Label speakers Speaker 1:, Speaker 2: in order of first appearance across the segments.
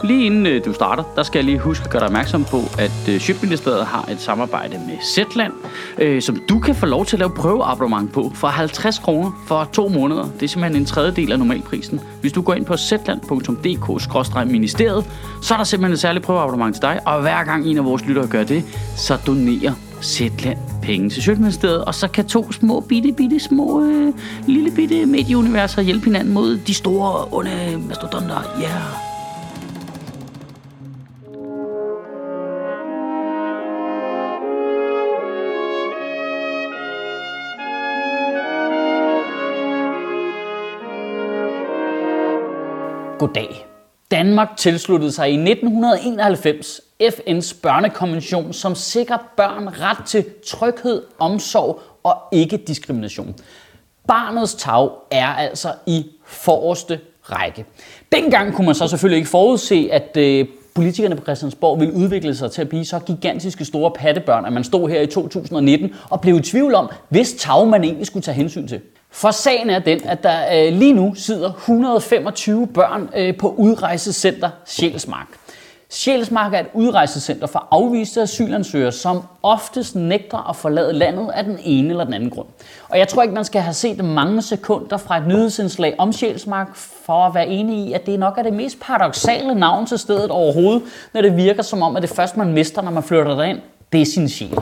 Speaker 1: lige inden du starter, der skal jeg lige huske at gøre dig opmærksom på, at Sjøtministeriet har et samarbejde med Zetland, som du kan få lov til at lave prøveabonnement på for 50 kroner for 2 måneder. Det er simpelthen en tredjedel af normalprisen. Hvis du går ind på zetland.dk/ministeriet, så er der simpelthen et særligt prøveabonnement til dig, og hver gang en af vores lyttere gør det, så donerer Zetland penge til Sjøtministeriet, og så kan 2 små små lille bitte medieuniverser hjælpe hinanden mod de store onde mastodonter. Yeah. Goddag. Danmark tilsluttede sig i 1991 FN's børnekonvention, som sikrer børn ret til tryghed, omsorg og ikke-diskrimination. Barnets tarv er altså i forreste række. Dengang kunne man så selvfølgelig ikke forudse, at politikerne på Christiansborg ville udvikle sig til at blive så gigantiske store pattebørn, at man stod her i 2019 og blev i tvivl om, hvis tarv man egentlig skulle tage hensyn til. For sagen er den, at der lige nu sidder 125 børn på udrejsecenter Sjælsmark. Sjælsmark er et udrejsecenter for afviste asylansøgere, som oftest nægter at forlade landet af den ene eller den anden grund. Og jeg tror ikke, man skal have set mange sekunder fra et nyhedsindslag om Sjælsmark for at være enig i, at det nok er det mest paradoksale navn til stedet overhovedet, når det virker som om, at det første man mister, når man flytter derind, det er sin sjæl.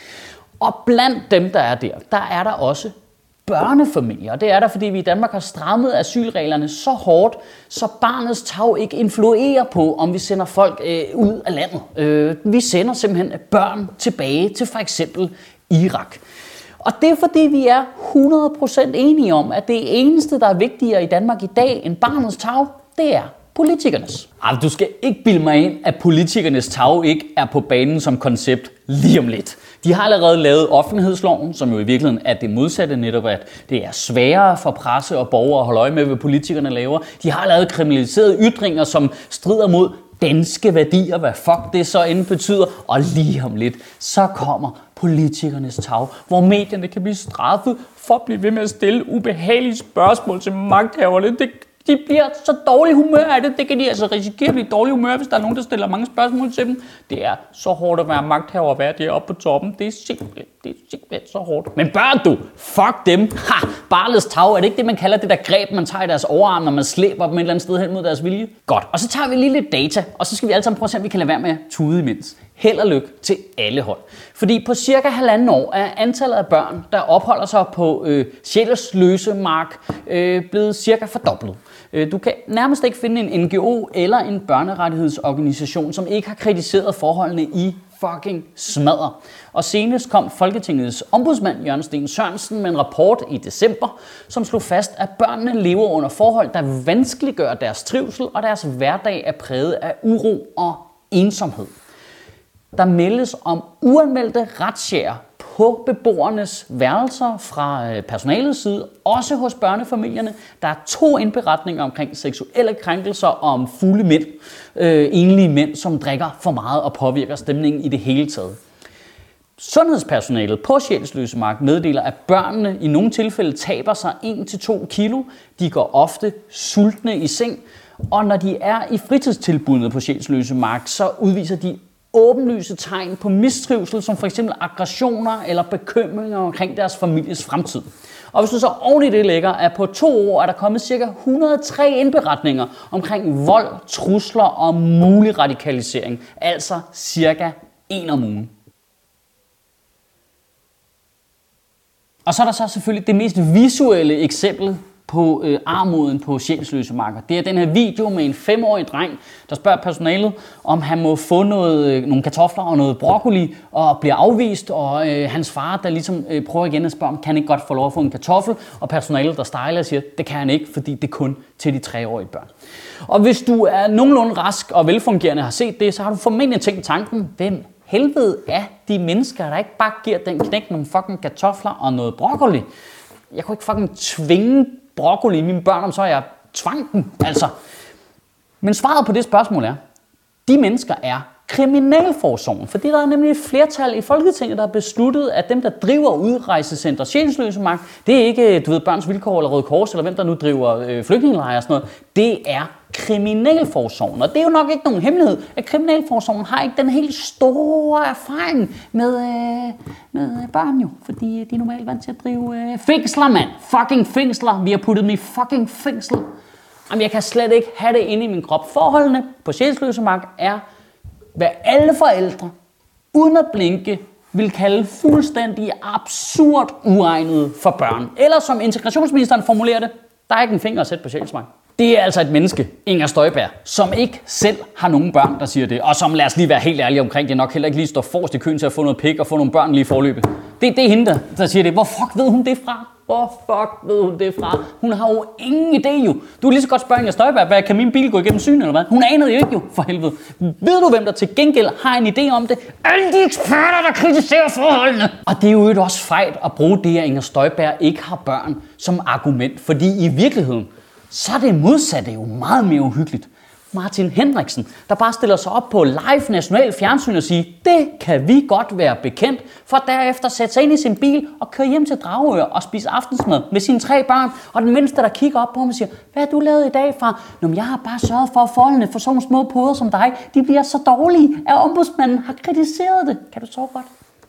Speaker 1: Og blandt dem, der er der også børnefamilier. Og det er der, fordi vi i Danmark har strammet asylreglerne så hårdt, så barnets tarv ikke influerer på, om vi sender folk ud af landet. Vi sender simpelthen børn tilbage til for eksempel Irak. Og det er fordi, vi er 100% enige om, at det eneste, der er vigtigere i Danmark i dag end barnets tarv, det er politikernes. Du skal ikke bilde mig ind, at politikernes tarv ikke er på banen som koncept lige om lidt. De har allerede lavet offentlighedsloven, som jo i virkeligheden er det modsatte, netop at det er sværere for presse og borgere at holde øje med, hvad politikerne laver. De har lavet kriminaliserede ytringer, som strider mod danske værdier, hvad fuck det så end betyder. Og lige om lidt, så kommer politikernes tarv, hvor medierne kan blive straffet for at blive ved med at stille ubehagelige spørgsmål til magthaverne. De bliver så dårlig humør af det. Det kan de altså risikere at blive dårlig humør, hvis der er nogen, der stiller mange spørgsmål til dem. Det er så hårdt at være magthaver og være deroppe på toppen. Det er simpelthen så hårdt. Men børn du, fuck dem. Barnets tarv, er det ikke det, man kalder det der greb, man tager i deres overarm, når man slæber dem et eller andet sted hen mod deres vilje? Godt. Og så tager vi lige lidt data, og så skal vi alle sammen prøve at se, om vi kan lade være med at tude imens. Held og lykke til alle hold. Fordi på cirka 1,5 år er antallet af børn, der opholder sig på Sjælsløsemark, blevet cirka fordoblet. Du kan nærmest ikke finde en NGO eller en børnerettighedsorganisation, som ikke har kritiseret forholdene i fucking smadder. Og senest kom Folketingets ombudsmand Jørgen Steen Sørensen med en rapport i december, som slog fast, at børnene lever under forhold, der vanskeliggør deres trivsel, og deres hverdag er præget af uro og ensomhed. Der meldes om uanmeldte razziaer på beboernes værelser fra personalets side, også hos børnefamilierne. Der er 2 indberetninger omkring seksuelle krænkelser og om fulde mænd, enlige mænd, som drikker for meget og påvirker stemningen i det hele taget. Sundhedspersonalet på Sjælsløsemark meddeler, at børnene i nogle tilfælde taber sig 1-2 kilo. De går ofte sultne i seng, og når de er i fritidstilbuddet på Sjælsløsemark, så udviser de åbenlyse tegn på mistrivsel, som f.eks. aggressioner eller bekymringer omkring deres families fremtid. Og hvis du så oven i det lægger, at på 2 år er der kommet ca. 103 indberetninger omkring vold, trusler og mulig radikalisering. Altså cirka 1 om ugen. Og så er der så selvfølgelig det mest visuelle eksempel på armoden på Sjælsløsemarker. Det er den her video med en 5-årig dreng, der spørger personalet, om han må få nogle kartofler og noget broccoli, og bliver afvist, og hans far, der ligesom prøver igen at spørge, om kan han ikke godt få lov at få en kartoffel, og personalet, der stejler og siger, det kan han ikke, fordi det er kun til de 3-årige børn. Og hvis du er nogenlunde rask og velfungerende har set det, så har du formentlig tænkt tanken, hvem helvede er de mennesker, der ikke bare giver den knæk nogle fucking kartofler og noget broccoli? Jeg kunne ikke fucking tvinge broccoli i mine børn, om så jeg tvang dem, altså. Men svaret på det spørgsmål er, de mennesker er kriminalforsorgen. Fordi der er nemlig et flertal i Folketinget, der har besluttet, at dem, der driver udrejsecenter Sjælsløsemark, det er ikke, Børns Vilkår eller Røde Kors, eller hvem der nu driver flygtningelejre og sådan noget. Det er kriminalforsorgen. Og det er jo nok ikke nogen hemmelighed, at kriminalforsorgen har ikke den helt store erfaring med børn jo. Fordi de er normalt vant til at drive fængsler, mand. Fucking fængsler. Vi har puttet dem i fucking fængsel. Jamen, jeg kan slet ikke have det inde i min krop. Forholdene på Sjælsløsemark er, hvad alle forældre, uden at blinke, vil kalde fuldstændig absurd uegnet for børn. Eller som integrationsministeren formulerer det, der er ikke en finger at sætte på Sjælsmark. Det er altså et menneske, Inger Støjberg, som ikke selv har nogen børn, der siger det. Og som, lad os lige være helt ærlige omkring det, nok heller ikke lige står forrest i køen til at få noget pik og få nogle børn lige i forløbet. Det er hende, der siger det. Hvor fuck ved hun det fra? Hun har jo ingen idé jo. Du kan lige så godt spørge Inger Støjberg, hvad kan min bil gå igennem syn eller hvad? Hun anede jo ikke jo, for helvede. Ved du, hvem der til gengæld har en idé om det? Alle de eksperter, der kritiserer forholdene. Og det er jo også fejl at bruge det, at Inger Støjberg ikke har børn som argument. Fordi i virkeligheden, så er det modsatte jo meget mere uhyggeligt. Martin Henriksen, der bare stiller sig op på live national fjernsyn og siger, det kan vi godt være bekendt, for derefter sætte sig ind i sin bil og køre hjem til Dragør og spise aftensmad med sine 3 børn. Og den mindste, der kigger op på ham og siger, hvad har du lavet i dag, far? Nå, jeg har bare sørget for, at forholdene for sådan små poder som dig, de bliver så dårlige, at ombudsmanden har kritiseret det. Kan du sove godt?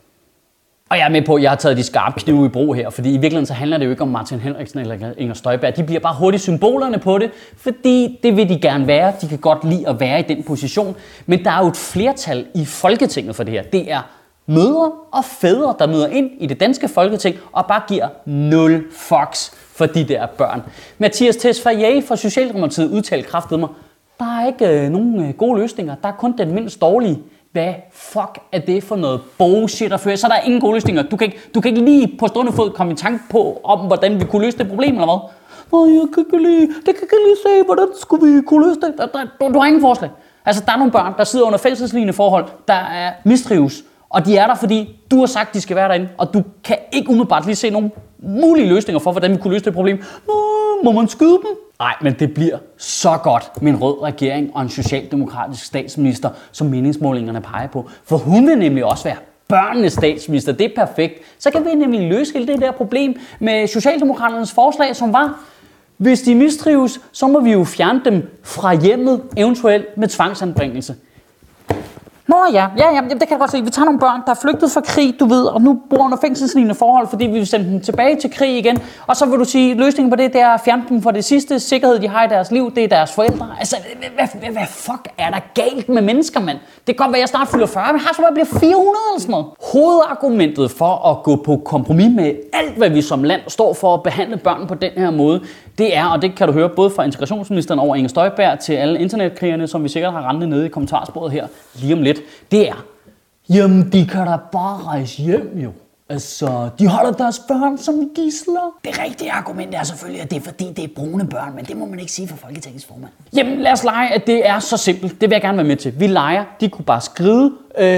Speaker 1: Og jeg er med på, at jeg har taget de skarpe knive i brug her, fordi i virkeligheden så handler det jo ikke om Martin Henriksen eller Inger Støjberg. De bliver bare hurtigt symbolerne på det, fordi det vil de gerne være. De kan godt lide at være i den position. Men der er jo et flertal i Folketinget for det her. Det er mødre og fædre, der møder ind i det danske Folketing og bare giver 0 fucks for de der børn. Mathias Tesfaye fra Socialdemokratiet udtalte kraftedeme, der er ikke nogen gode løsninger. Der er kun den mindst dårlige. Hvad fuck er det for noget bullshit at føre? Så der er ingen gode løsninger. Du kan ikke lige på stående fod komme i tanke på, om hvordan vi kunne løse det problem, eller hvad? Nej, jeg kan ikke lige se, hvordan skulle vi kunne løse det. Du har ingen forslag. Altså, der er nogle børn, der sidder under fængselslignende forhold, der er mistrives. Og de er der, fordi du har sagt, de skal være derinde. Og du kan ikke umiddelbart lige se nogle mulige løsninger for, hvordan vi kunne løse det problem. Må man skyde dem? Nej, men det bliver så godt med en rød regering og en socialdemokratisk statsminister, som meningsmålingerne peger på. For hun vil nemlig også være børnenes statsminister. Det er perfekt. Så kan vi nemlig løse hele det der problem med Socialdemokraternes forslag, som var, hvis de mistrives, så må vi jo fjerne dem fra hjemmet, eventuelt med tvangsanbringelse. Nå ja, det kan jeg godt se. Vi tager nogle børn, der er flygtet fra krig, du ved, og nu bor under fængselslignende forhold, fordi vi vil sende dem tilbage til krig igen. Og så vil du sige, at løsningen på det, det er at fjerne dem for det sidste sikkerhed, de har i deres liv. Det er deres forældre. Altså, hvad fuck er der galt med mennesker, mand? Det kan godt være, at jeg snart fylder 40, men har så bare bliver 400 eller sådan noget. Hovedargumentet for at gå på kompromis med alt, hvad vi som land står for at behandle børn på den her måde, det er, og det kan du høre både fra integrationsministeren over Inger Støjberg til alle internetkrigerne, som vi sikkert har rentet nede i kommentarsporet her lige om lidt, det er, jamen de kan da bare rejse hjem jo. Altså, de holder deres børn som gidsler. Det rigtige argument er selvfølgelig, at det er fordi, det er brune børn, men det må man ikke sige for Folketingets formand. Jamen lad os lege, at det er så simpelt. Det vil jeg gerne være med til. Vi leger, de kunne bare skride,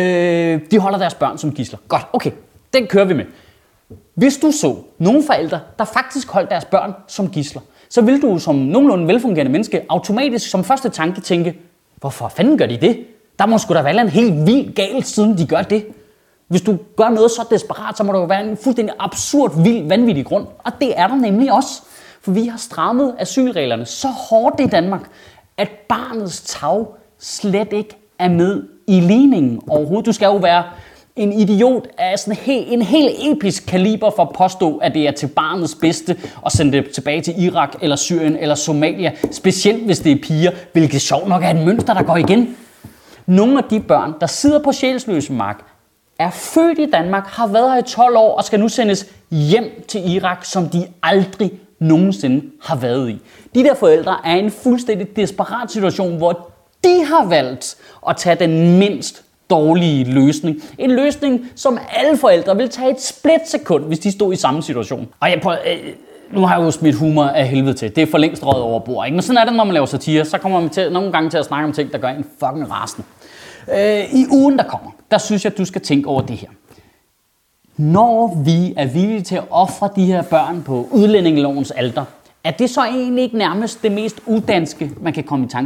Speaker 1: de holder deres børn som gidsler. Godt, okay, den kører vi med. Hvis du så nogle forældre, der faktisk holdt deres børn som gidsler, så vil du som nogenlunde velfungerende menneske automatisk som første tanke tænke, hvorfor fanden gør de det? Der må sgu da være en helt vildt galt, siden de gør det. Hvis du gør noget så desperat, så må der jo være en fuldstændig absurd, vild, vanvittig grund. Og det er der nemlig også. For vi har strammet asylreglerne så hårdt i Danmark, at barnets tag slet ikke er med i ligningen overhovedet. Du skal jo være en idiot af sådan en helt episk kaliber for at påstå, at det er til barnets bedste at sende det tilbage til Irak eller Syrien eller Somalia. Specielt hvis det er piger, hvilket sjovt nok er et mønster, der går igen. Nogle af de børn, der sidder på Sjælsløsemark, er født i Danmark, har været her i 12 år og skal nu sendes hjem til Irak, som de aldrig nogensinde har været i. De der forældre er i en fuldstændig desperat situation, hvor de har valgt at tage den mindst dårlige løsning. En løsning, som alle forældre vil tage et splitsekund, hvis de stod i samme situation. Og nu har jeg jo smidt humor af helvede til. Det er for længst røget over bord, ikke? Men sådan er det, når man laver satire. Så kommer man nogle gange til at snakke om ting, der gør en fucking rasende. I ugen, der kommer, der synes jeg, at du skal tænke over det her. Når vi er villige til at ofre de her børn på udlændingelovens alter, er det så egentlig ikke nærmest det mest udanske, man kan komme i tanke om?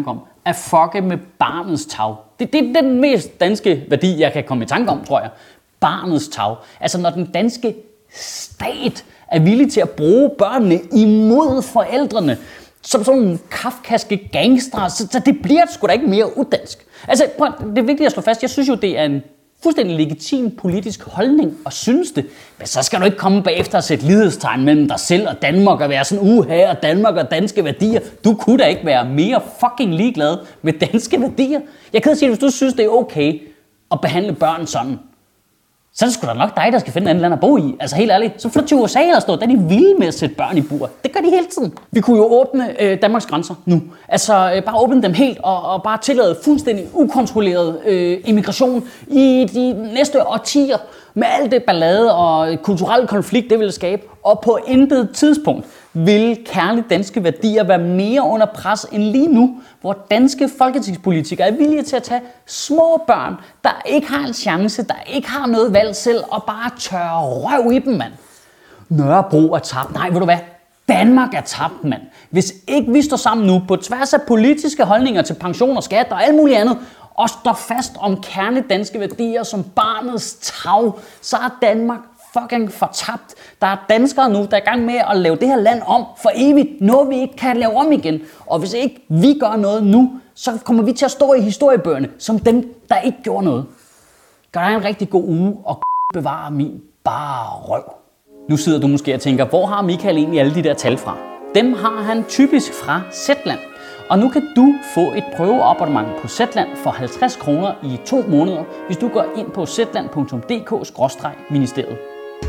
Speaker 1: at fucke med barnets tarv. Det er den mest danske værdi, jeg kan komme i tanke om, tror jeg. Barnets tarv. Altså når den danske stat er villig til at bruge børnene imod forældrene, som sådan nogle kafkaske gangster, så det bliver sgu da ikke mere udansk. Altså, det er vigtigt at slå fast. Jeg synes jo, det er en fuldstændig legitim politisk holdning og synes det. Men så skal du ikke komme bagefter og sætte lighedstegn mellem dig selv og Danmark og være sådan her og Danmark og danske værdier. Du kunne da ikke være mere fucking ligeglad med danske værdier. Jeg kan sige, hvis du synes, det er okay at behandle børn sådan, så er det sgu da nok dig, der skal finde en anden land at bo i. Altså helt ærligt, så flyt til USA og stå. Der er de vilde med at sætte børn i bur. Det gør de hele tiden. Vi kunne jo åbne Danmarks grænser nu. Altså bare åbne dem helt og bare tillade fuldstændig ukontrolleret immigration i de næste årtier. Med alt det ballade og kulturel konflikt, det ville skabe. Og på intet tidspunkt vil kærlige danske værdier være mere under pres end lige nu, hvor danske folketingspolitikere er villige til at tage små børn, der ikke har en chance, der ikke har noget valg selv, og bare tørre røv i dem, mand. Nørrebro er tabt. Nej, ved du hvad? Danmark er tabt, mand. Hvis ikke vi står sammen nu på tværs af politiske holdninger til pension og skat og alt muligt andet, og står fast om kerne danske værdier som barnets tarv, så er Danmark fucking fortabt. Der er danskere nu, der er i gang med at lave det her land om for evigt. Noget vi ikke kan lave om igen. Og hvis ikke vi gør noget nu, så kommer vi til at stå i historiebøgerne som dem, der ikke gjorde noget. Gør dig en rigtig god uge og bevare min bare røv. Nu sidder du måske og tænker, hvor har Michael egentlig alle de der tal fra? Dem har han typisk fra Zetland. Og nu kan du få et prøveabonnement på Zetland for 50 kroner i 2 måneder, hvis du går ind på zetland.dk/ministeriet.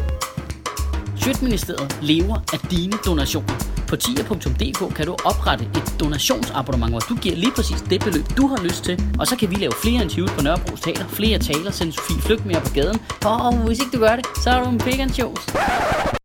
Speaker 1: Sjøtministeriet lever af dine donationer. På tier.dk kan du oprette et donationsabonnement, hvor du giver lige præcis det beløb, du har lyst til. Og så kan vi lave flere interviews på Nørrebros Teater, flere taler, sende Sofie Flygt mere på gaden. Og hvis ikke du gør det, så er du en pig and shows.